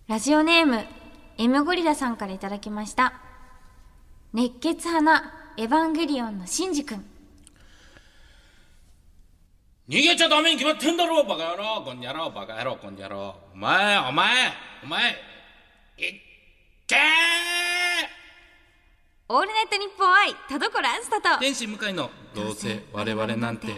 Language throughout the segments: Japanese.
ラジオネーム M ゴリラさんからいただきました。熱血派なエヴァンゲリオンのシンジ君。 逃げちゃダメに決まってんだろバカ野郎こんにゃろバカ野郎こんにゃろお前いっけー。 オールナイトニッポン愛田所あずさと天使向かいのどうせ我々なんて。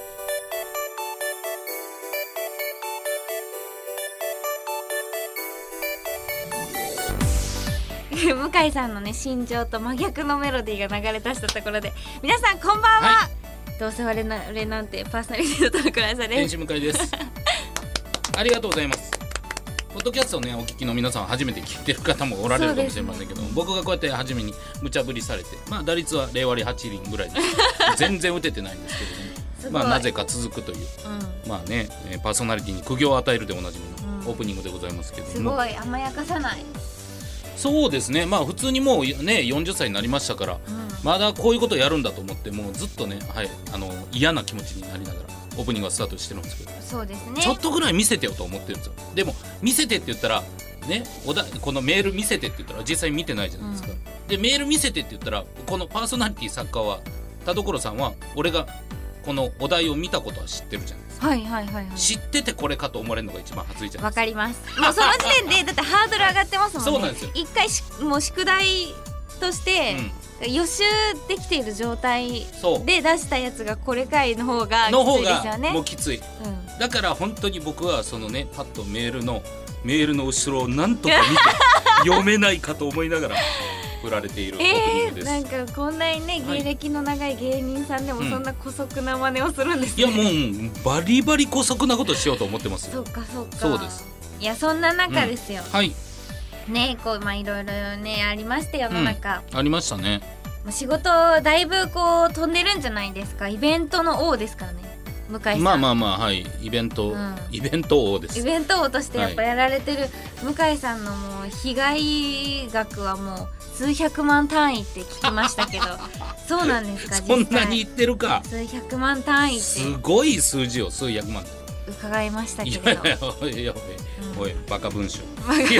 向井さんのね心情と真逆のメロディーが流れ出したところで、皆さんこんばんは、はい、どうせ我々なんてパーソナリティの田所あずさです。 天使向井ですありがとうございます。ポッドキャストをねお聞きの皆さん初めて聞いてる方もおられるかもしれませんけど、僕がこうやって初めに無茶ぶりされて、打率は0割8厘ぐらいで全然打ててないんですけどもなぜか続くという、パーソナリティに苦行を与えるでおなじみのオープニングでございますけども、 すごい甘やかさない。 そうですね、普通にもうね40歳になりましたから、まだこういうことをやるんだと思ってもうずっとね、嫌な気持ちになりながらオープニングはスタートしてるんですけど、 そうですね、 ちょっとぐらい見せてよと思ってるんですよ。でも見せてって言ったらね、このメール見せてって言ったら実際見てないじゃないですか、でメール見せてって言ったらこのパーソナリティ作家は田所さんは俺がこのお題を見たことは知ってるじゃないですか。知っててこれかと思われるのが一番恥ずいじゃないですか。 わかります。もうその時点でだってハードル上がってますもんね。 そうなんですよ。 一回もう宿題として、予習できている状態で出したやつがこれかいの方がきついですよね。 もうきつい、だから本当に僕はそのねパッとメールの後ろをなんとか見て読めないかと思いながら振られているオープニングです。 なんかこんなにね芸歴の長い芸人さんでもそんな姑息な真似をするんですね。 いやもうバリバリ姑息なことしようと思ってますよ。 そうかそうです。 いやそんな中ですよ、 はいね、こういろいろねありました世の中、 ありましたね。 仕事だいぶこう飛んでるんじゃないですか。イベントの王ですからね向井さん。 はいイベント王です。 イベント王としてやっぱやられてる向井さんのもう被害額はもう数百万単位って聞きましたけどそうなんですか。 そんなに言ってるか。 数百万単位ってすごい数字を数百万伺いましたけれど。 おいバカ文章おい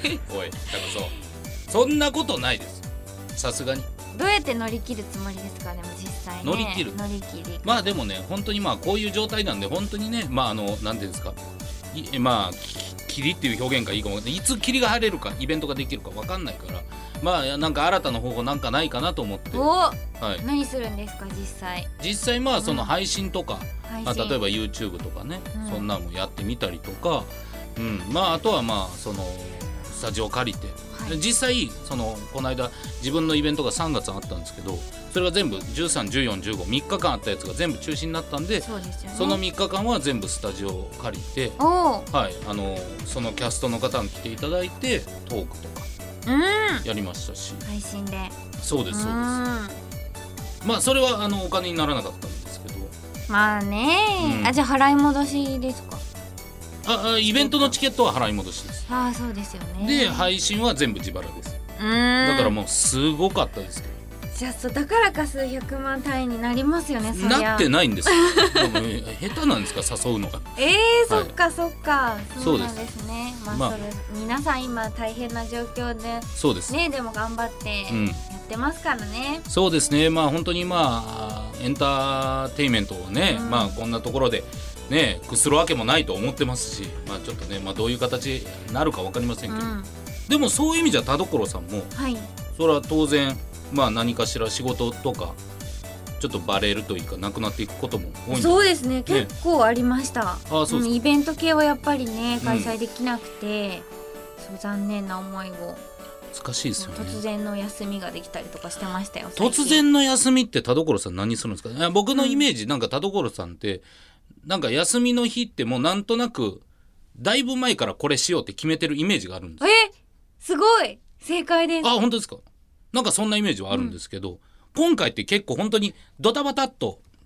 そんなことないです。さすがに。 どうやって乗り切るつもりですか。でも実際ね乗り切るでもね本当にこういう状態なんで本当にねなんていうんですか霧っていう表現がいいかもわかんない。いつ霧が晴れるかイベントができるか分かんないからなんか新たな方法なんかないかなと思って。 何するんですか実際その配信とか、例えば YouTube とかね、そんなのもやってみたりとか、あとはそのスタジオを借りて、実際この間自分のイベントが3月あったんですけど、それが全部13、14、15、3日間あったやつが全部中止になったんで、その3日間は全部スタジオを借りて、そのキャストの方に来ていただいてトークとかやりましたし、 配信で。 そうですそれはお金にならなかったんですけど、 じゃあ払い戻しですか。 イベントのチケットは払い戻しです。 そうですよね。 で配信は全部自腹です。だからもうすごかったですけど。 じゃあだからか数百万単位になりますよね。 なってないんですよ下手なんですか誘うのが。 そっかそうなんですね。皆さん今大変な状況でそうですね。でも頑張ってやってますからね。 そうですね。本当にエンターテインメントをね、こんなところでねくするわけもないと思ってますし、ちょっとねどういう形になるか分かりませんけど、でもそういう意味じゃ田所さんも、それは当然何かしら仕事とかちょっとバレるというかなくなっていくことも多いんです。 そうですね、結構ありました。 そうです。 イベント系はやっぱりね開催できなくて、残念な思いを。 難しいですよね。 突然の休みができたりとかしてましたよ。 突然の休みって田所さん何するんですか。僕のイメージ田所さんって休みの日ってもうなんとなくだいぶ前からこれしようって決めてるイメージがあるんです。 すごい正解です。 本当ですか。そんなイメージはあるんですけど、今回って結構本当にドタバタっと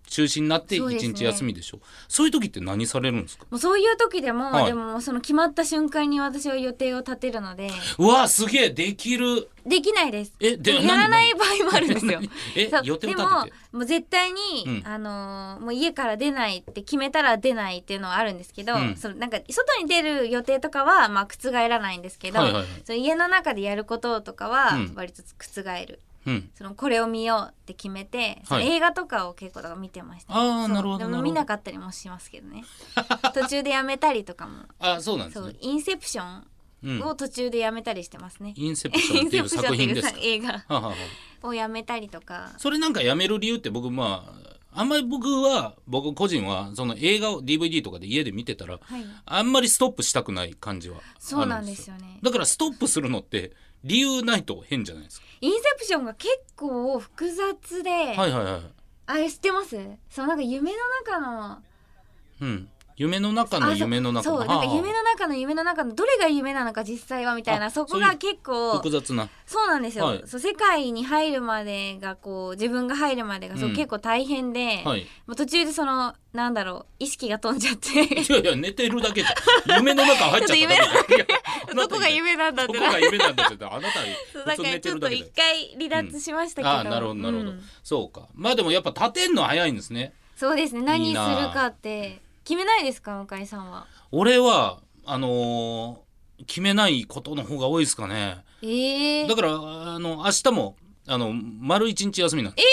中止になってそうですね 1日休みでしょ。そういう時って何されるんですか？ もうそういう時でも、 はいでもその決まった瞬間に私は予定を立てるのでうわすげえできる。 できないです。 でやらない場合もあるんですよ。そう予定を立ててでももう絶対に、 うんもう家から出ないって決めたら出ないっていうのはあるんですけど、そのなんか外に出る予定とかはまあ覆らないんですけど、 はいはいはいその家の中でやることとかはうん割と覆る。 うんそのこれを見ようって決めて、その映画とかを結構だから見てましたね、そうあーなるほどでなるほども見なかったりもしますけどね途中でやめたりとかもあそうなんですね。 そうインセプションうんを途中でやめたりしてますね、 インセプションっていう作品ですか？ 映画はははをやめたりとか。 それなんかやめる理由って僕あんまり僕個人はその映画を DVD とかで家で見てたら、 はい、 あんまりストップしたくない感じはあるんですよ。 そうなんですよね。 だからストップするのって理由ないと変じゃないですか。 インセプションが結構複雑で、 はいはいはい。 あれ知ってます？そうなんか夢の中のうん。夢の中の夢の中のそうなんか夢の中の夢の中のどれが夢なのか実際はみたいな、そこが結構複雑な。 そうなんですよ、 はいそう世界に入るまでがこう自分が入るまでがそう、 うん結構大変で、 はい。 もう途中でそのなんだろう意識が飛んじゃっていやいや寝てるだけじゃん。夢の中入っちゃっただけじゃん。いやどこが夢なんだってなどこが夢なんだってあなたそうだ普通寝からちょっとてるだけで一。回離脱しましたけど、 ああなるほどなるほど、 うんそうか。まあでもやっぱ立てんの早いんですね。 そうですね、何すいいなるかって決めないですか向井さんは？ 俺は決めないことの方が多いですかね。だから明日も丸一日休みなんです。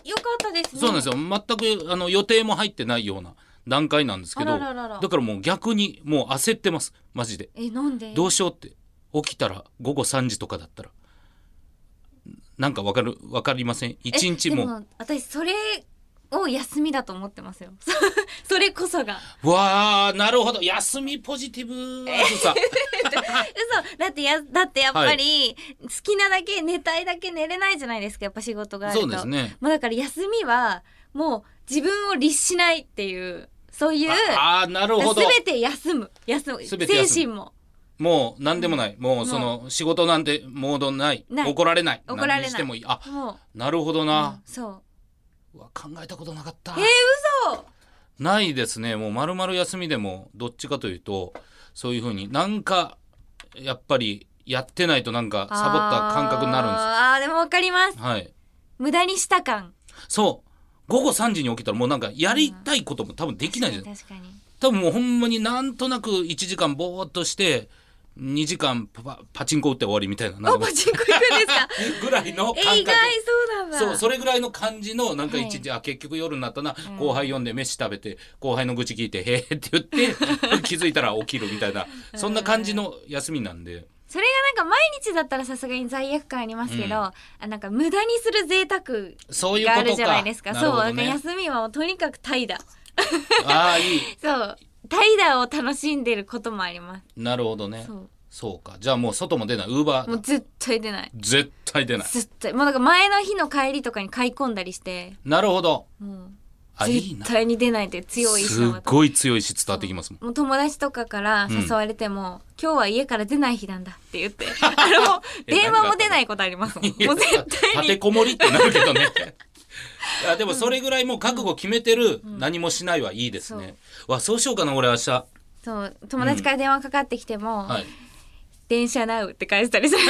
よかったですね。 そうなんですよ。全く予定も入ってないような段階なんですけど、 あららららだからもう逆にもう焦ってますマジで。 なんで？ どうしようって起きたら午後3時とかだったらなんかわかりません？一日もでも私それを休みだと思ってますよそれこそがわーなるほど。休みポジティブさ嘘だってやっぱり、好きなだけ寝たいだけ寝れないじゃないですか、やっぱ仕事があると。 そうですね。 もうだから休みはもう自分を律しないっていうそういうなるほど。 全て休む全て休む精神ももう何でもない、もうその仕事なんてモードない怒られない何にしてもいい。 もうなるほどな、 そう考えたことなかった。 嘘ないですね。もう丸々休みでもどっちかというとそういう風になんかやっぱりやってないとなんかサボった感覚になるんですでもわかります。 はい。 無駄にした感。 そう午後3時に起きたらもうなんかやりたいことも多分できないじゃない。 確かに多分もうほんまになんとなく1時間ぼーっとして2時間パチンコ打って終わりみたいな。 パチンコ行くんですかぐらいの感覚。 意外そうなんだ。 それぐらいの感じのなんか一日、 は結局夜になったな、後輩呼んで飯食べて後輩の愚痴聞いてへーって言って気づいたら起きるみたいなそんな感じの休みなんで。 それがなんか毎日だったらさすがに罪悪感ありますけど、なんか無駄にする贅沢があるじゃないですか。 そういうことか。 そう、なんか休みはもうとにかく怠惰。 いい。 そう怠惰を楽しんでることもあります。 なるほどね。そうか。じゃあもう外も出ない。ウーバーもう絶対出ない。 絶対出ない。 絶対もうなんか前の日の帰りとかに買い込んだりして。 なるほど。いいな。 絶対に出ないって強い意志すごい強い意志伝わってきますもん。 もう友達とかから誘われても、今日は家から出ない日なんだって言ってもう電話も出ないことありますもん。もう絶対に立てこもりってなるけどねいやでもそれぐらいもう覚悟決めてる、何もしないはいいですね。そうしようかな俺明日。 そう友達から電話かかってきても、電車ナウって返したりする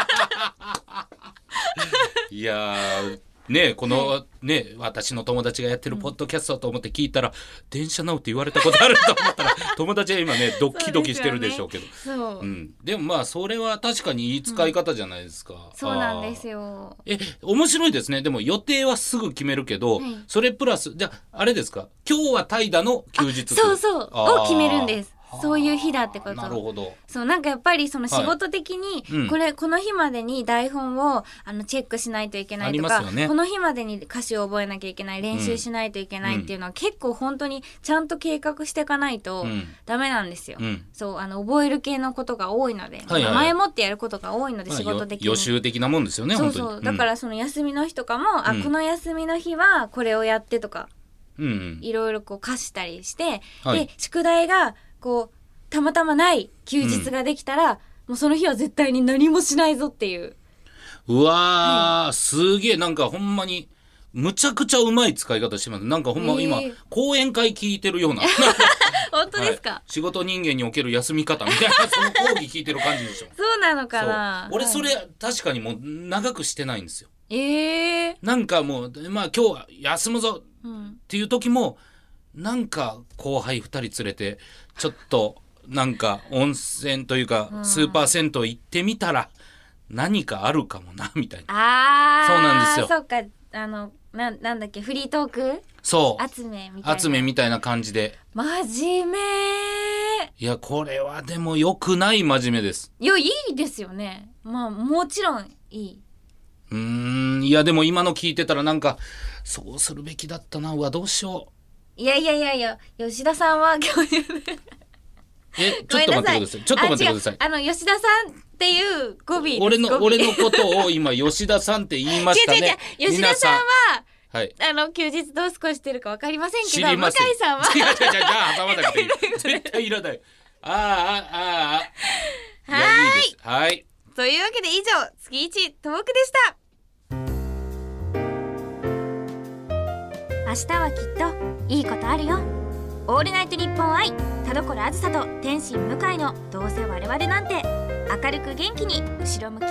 いやねこの、私の友達がやってるポッドキャストだと思って聞いたら、電車ナウって言われたことあると思ったら友達は今ねドキドキしてるでしょうけど。でもまあそれは確かにいい使い方じゃないですか。 そうなんですよ。 面白いですね。でも予定はすぐ決めるけど、それプラスじゃあれですか、今日は怠惰の休日そうを決めるんです。そういう日だってこと。 なるほど。 そうなんかやっぱりその仕事的に、この日までに台本をチェックしないといけないとか、この日までに歌詞を覚えなきゃいけない、練習しないといけないっていうのは、結構本当にちゃんと計画していかないとダメなんですよ。そう覚える系のことが多いので、前もってやることが多いので、仕事的に予習的なもんですよね。本当に。 そうだからその休みの日とかも、この休みの日はこれをやってとか、いろいろこう課したりして、で宿題がこうたまたまない休日ができたら、もうその日は絶対に何もしないぞっていう。 うわー、すげえなんかほんまにむちゃくちゃうまい使い方してます。なんかほんま今講演会聞いてるような本当ですか、 はい、仕事人間における休み方みたいなその講義聞いてる感じでしょそうなのかな。 俺それ確かにもう長くしてないんですよ。 なんかもうまあ今日は休むぞっていう時も、なんか後輩2人連れてちょっとなんか温泉というかスーパー銭湯行ってみたら何かあるかもなみたいな。そうなんですよ。 そうか、なんだっけ、フリートーク、 そう集めみたいな感じで。 真面目。 いやこれはでも良くない真面目です。 いや、いいですよね。まあもちろんいい。 いやでも今の聞いてたらなんかそうするべきだったな。うわどうしよう。 いや吉田さんは教授ちょっと待ってください。ちょっと待ってください。 吉田さんっていう語尾です。 俺のことを今吉田さんって言いましたね。 吉田さんは、 はい、 休日どう過ごしてるか分かりませんけど、 向井さんはじゃあ挟まなくていい絶対いらない。はい。 というわけで以上、月1トークでした。明日はきっといいことあるよ。オールナイトニッポン愛、田所あずさと天心向井のどうせ我々なんて。明るく元気に後ろ向き。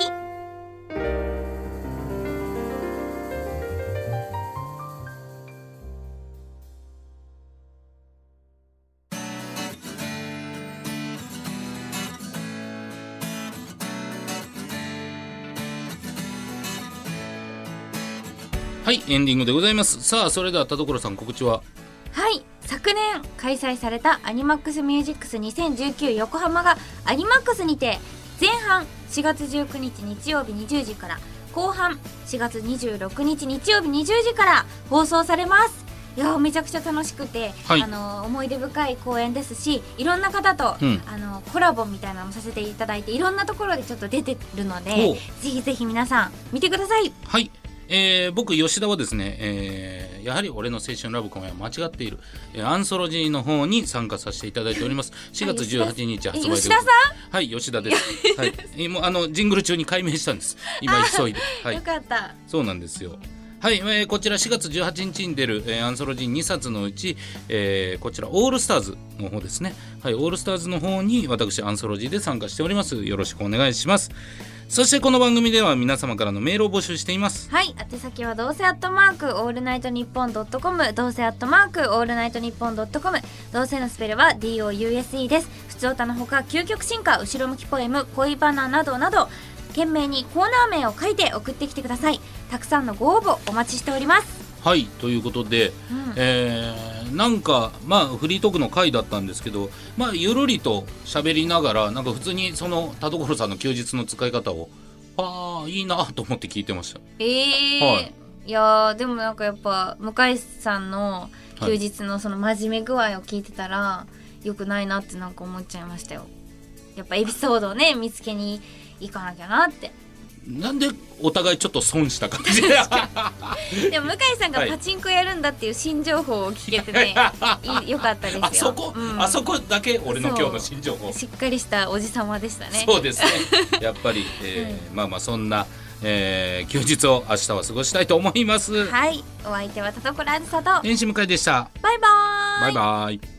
はい、エンディングでございます。さあそれでは田所さん、告知は？ はい、昨年開催されたアニマックスミュージックス2019横浜がアニマックスにて、前半4月19日日曜日20時から、後半4月26日日曜日20時から放送されます。いやめちゃくちゃ楽しくて、はい、思い出深い公演ですし、いろんな方と、コラボみたいなのもさせていただいて、いろんなところでちょっと出てるので、ぜひぜひ皆さん見てください。 はい、僕吉田はですね、やはり俺の青春ラブコメは間違っている、アンソロジーの方に参加させていただいております。4月18日発売で。 吉田さん？ はい、吉田です。はい、もうジングル中に改名したんです。今急いで。はい、 よかった。 そうなんですよ。はい、こちら4月18日に出る、アンソロジー2冊のうち、こちらオールスターズの方ですね。はい、オールスターズの方に私アンソロジーで参加しております。よろしくお願いします。そしてこの番組では皆様からのメールを募集しています。 はい、宛先はどうせオールナイトニッポン.com、どうせオールナイトニッポン.com、どうせのスペルは DOUSE です。普通歌のほか、究極進化、後ろ向きポエム、恋バナなどなど、懸命にコーナー名を書いて送ってきてください。たくさんのご応募お待ちしております。 はい、ということで、なんかフリートークの回だったんですけど、ゆるりと喋りながら、なんか普通にその田所さんの休日の使い方をいいなと思って聞いてました。 はい、いやでもなんかやっぱ向井さんの休日のその真面目具合を聞いてたら、良くないなってなんか思っちゃいましたよ。やっぱエピソードをね見つけに行かなきゃなって。 なんでお互いちょっと損した感じでも向井さんがパチンコやるんだっていう新情報を聞けてね、よかったですよ。 あそこだけ俺の今日の新情報。 しっかりしたおじさまでしたね。 そうですね。やっぱり、そんな、休日を明日は過ごしたいと思います。 はい、お相手は田所あずさと天使向井でした。 バイバーイ。 バイバイ。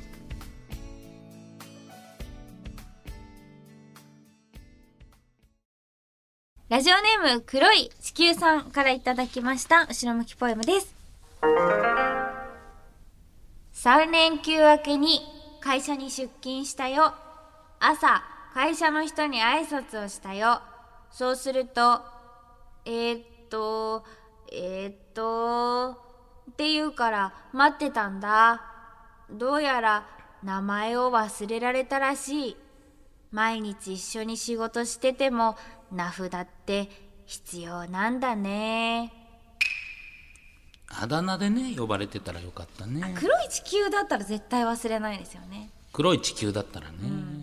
ラジオネーム黒い地球さんからいただきました後ろ向きポエムです。3連休明けに会社に出勤したよ。朝会社の人に挨拶をしたよ。そうするとって言うから待ってたんだ。どうやら名前を忘れられたらしい。毎日一緒に仕事してても名札って必要なんだね。 あだ名でね呼ばれてたらよかったね。 黒い地球だったら絶対忘れないですよね。 黒い地球だったらね。